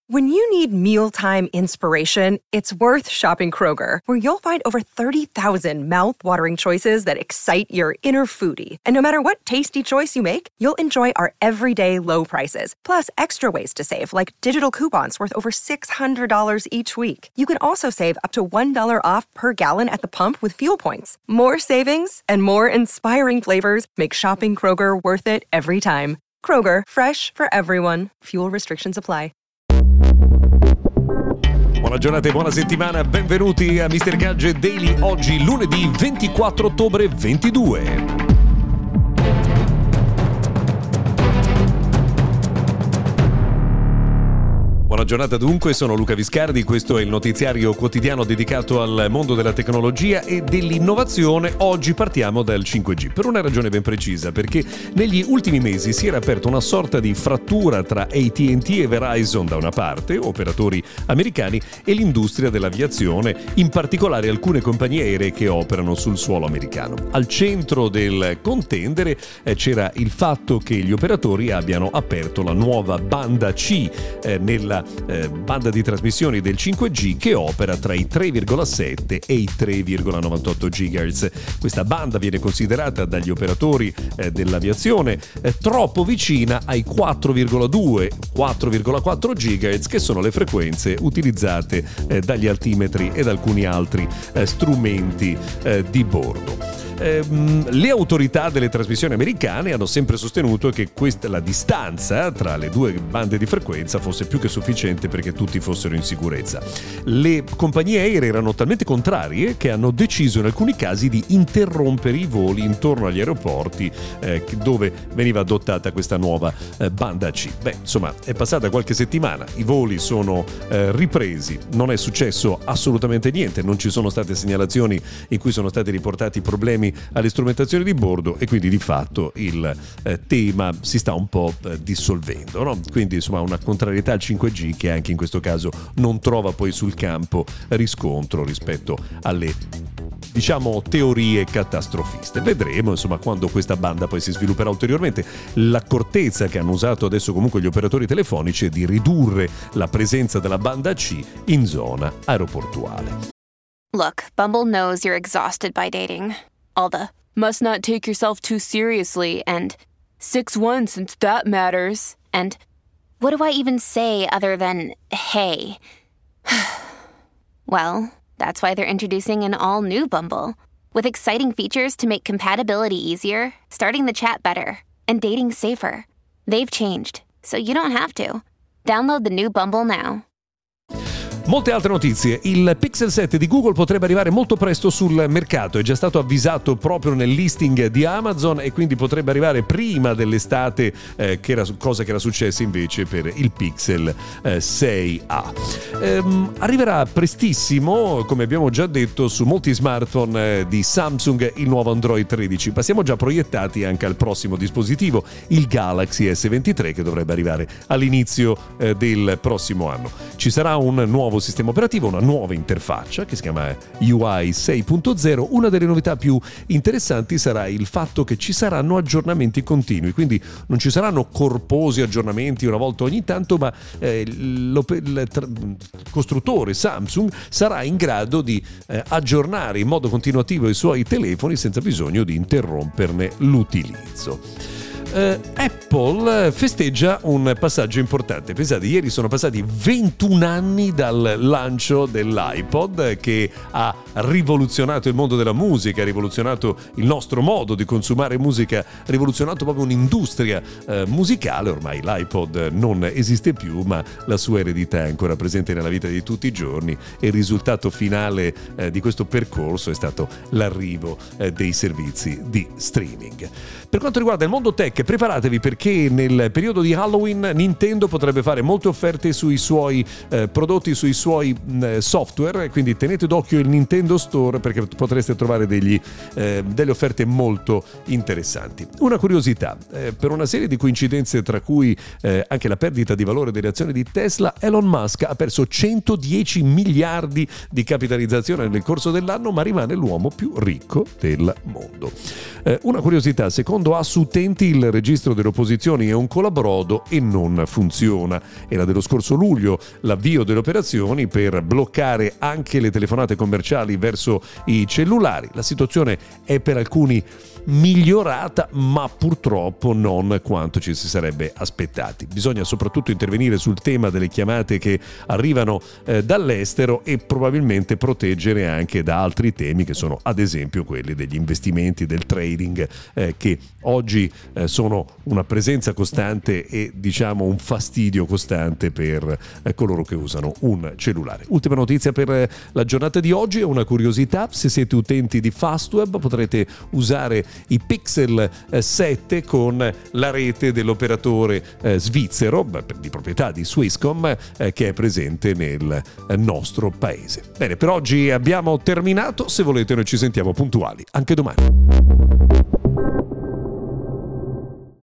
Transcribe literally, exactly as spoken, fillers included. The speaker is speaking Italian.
When you need mealtime inspiration, it's worth shopping Kroger, where you'll find over thirty thousand mouth-watering choices that excite your inner foodie. And no matter what tasty choice you make, you'll enjoy our everyday low prices, plus extra ways to save, like digital coupons worth over six hundred dollars each week. You can also save up to one dollar off per gallon at the pump with fuel points. More savings and more inspiring flavors make shopping Kroger worth it every time. Kroger, fresh for everyone. Fuel restrictions apply. Buona giornata e buona settimana, benvenuti a mister Gadget Daily, oggi lunedì ventiquattro ottobre ventidue. Buona giornata dunque, sono Luca Viscardi, questo è il notiziario quotidiano dedicato al mondo della tecnologia e dell'innovazione. Oggi partiamo dal cinque G, per una ragione ben precisa, perché negli ultimi mesi si era aperta una sorta di frattura tra A T and T e Verizon da una parte, operatori americani, e l'industria dell'aviazione, in particolare alcune compagnie aeree che operano sul suolo americano. Al centro del contendere eh, c'era il fatto che gli operatori abbiano aperto la nuova banda C eh, nella Eh, banda di trasmissioni del cinque G che opera tra i tre virgola sette e i tre virgola novantotto gigahertz. Questa banda viene considerata dagli operatori eh, dell'aviazione eh, troppo vicina ai quattro virgola due quattro virgola quattro gigahertz, che sono le frequenze utilizzate eh, dagli altimetri ed alcuni altri eh, strumenti eh, di bordo. Le autorità delle trasmissioni americane hanno sempre sostenuto che questa, la distanza tra le due bande di frequenza fosse più che sufficiente perché tutti fossero in sicurezza. Le compagnie aeree erano talmente contrarie che hanno deciso in alcuni casi di interrompere i voli intorno agli aeroporti eh, dove veniva adottata questa nuova eh, banda C. Beh, insomma, è passata qualche settimana, i voli sono eh, ripresi, non è successo assolutamente niente, non ci sono state segnalazioni in cui sono stati riportati problemi alle strumentazioni di bordo e quindi di fatto il eh, tema si sta un po' eh, dissolvendo, no? Quindi insomma una contrarietà al cinque G che anche in questo caso non trova poi sul campo riscontro rispetto alle, diciamo, teorie catastrofiste. Vedremo insomma quando questa banda poi si svilupperà ulteriormente. L'accortezza che hanno usato adesso comunque gli operatori telefonici è di ridurre la presenza della banda C in zona aeroportuale. Look, Bumble knows you're exhausted by dating. All the, must not take yourself too seriously, and six one since that matters, and what do I even say other than, hey? Well, that's why they're introducing an all-new Bumble, with exciting features to make compatibility easier, starting the chat better, and dating safer. They've changed, so you don't have to. Download the new Bumble now. Molte altre notizie. Il Pixel sette di Google potrebbe arrivare molto presto sul mercato, è già stato avvisato proprio nel listing di Amazon e quindi potrebbe arrivare prima dell'estate, eh, che era cosa che era successa invece per il Pixel eh, sei A. Ehm, arriverà prestissimo, come abbiamo già detto, su molti smartphone eh, di Samsung il nuovo Android tredici. Passiamo già proiettati anche al prossimo dispositivo, il Galaxy S ventitré, che dovrebbe arrivare all'inizio eh, del prossimo anno. Ci sarà un nuovo sistema operativo, una nuova interfaccia che si chiama U I sei punto zero. Una delle novità più interessanti sarà il fatto che ci saranno aggiornamenti continui, quindi non ci saranno corposi aggiornamenti una volta ogni tanto, ma eh, il costruttore Samsung sarà in grado di eh, aggiornare in modo continuativo i suoi telefoni senza bisogno di interromperne l'utilizzo. Uh, Apple festeggia un passaggio importante. Pensate, ieri sono passati ventuno anni dal lancio dell'iPod, che ha rivoluzionato il mondo della musica, ha rivoluzionato il nostro modo di consumare musica, ha rivoluzionato proprio un'industria uh, musicale. Ormai l'iPod non esiste più, ma la sua eredità è ancora presente nella vita di tutti i giorni e il risultato finale uh, di questo percorso è stato l'arrivo uh, dei servizi di streaming. Per quanto riguarda il mondo tech, preparatevi perché nel periodo di Halloween Nintendo potrebbe fare molte offerte sui suoi eh, prodotti, sui suoi mh, software, quindi tenete d'occhio il Nintendo Nintendo Store, perché potreste trovare degli, eh, delle offerte molto interessanti. Una curiosità, eh, per una serie di coincidenze tra cui eh, anche la perdita di valore delle azioni di Tesla, Elon Musk ha perso centodieci miliardi di capitalizzazione nel corso dell'anno, ma rimane l'uomo più ricco del mondo. Eh, una curiosità, secondo Asutenti il registro delle opposizioni è un colabrodo e non funziona. Era dello scorso luglio l'avvio delle operazioni per bloccare anche le telefonate commerciali verso i cellulari. La situazione è per alcuni migliorata, ma purtroppo non quanto ci si sarebbe aspettati. Bisogna soprattutto intervenire sul tema delle chiamate che arrivano eh, dall'estero e probabilmente proteggere anche da altri temi che sono ad esempio quelli degli investimenti, del trading, eh, che oggi eh, sono una presenza costante e diciamo un fastidio costante per eh, coloro che usano un cellulare. Ultima notizia per eh, la giornata di oggi è una curiosità: se siete utenti di Fastweb potrete usare i Pixel sette con la rete dell'operatore eh, svizzero di proprietà di Swisscom eh, che è presente nel nostro paese. Bene, per oggi abbiamo terminato. Se volete noi ci sentiamo puntuali anche domani.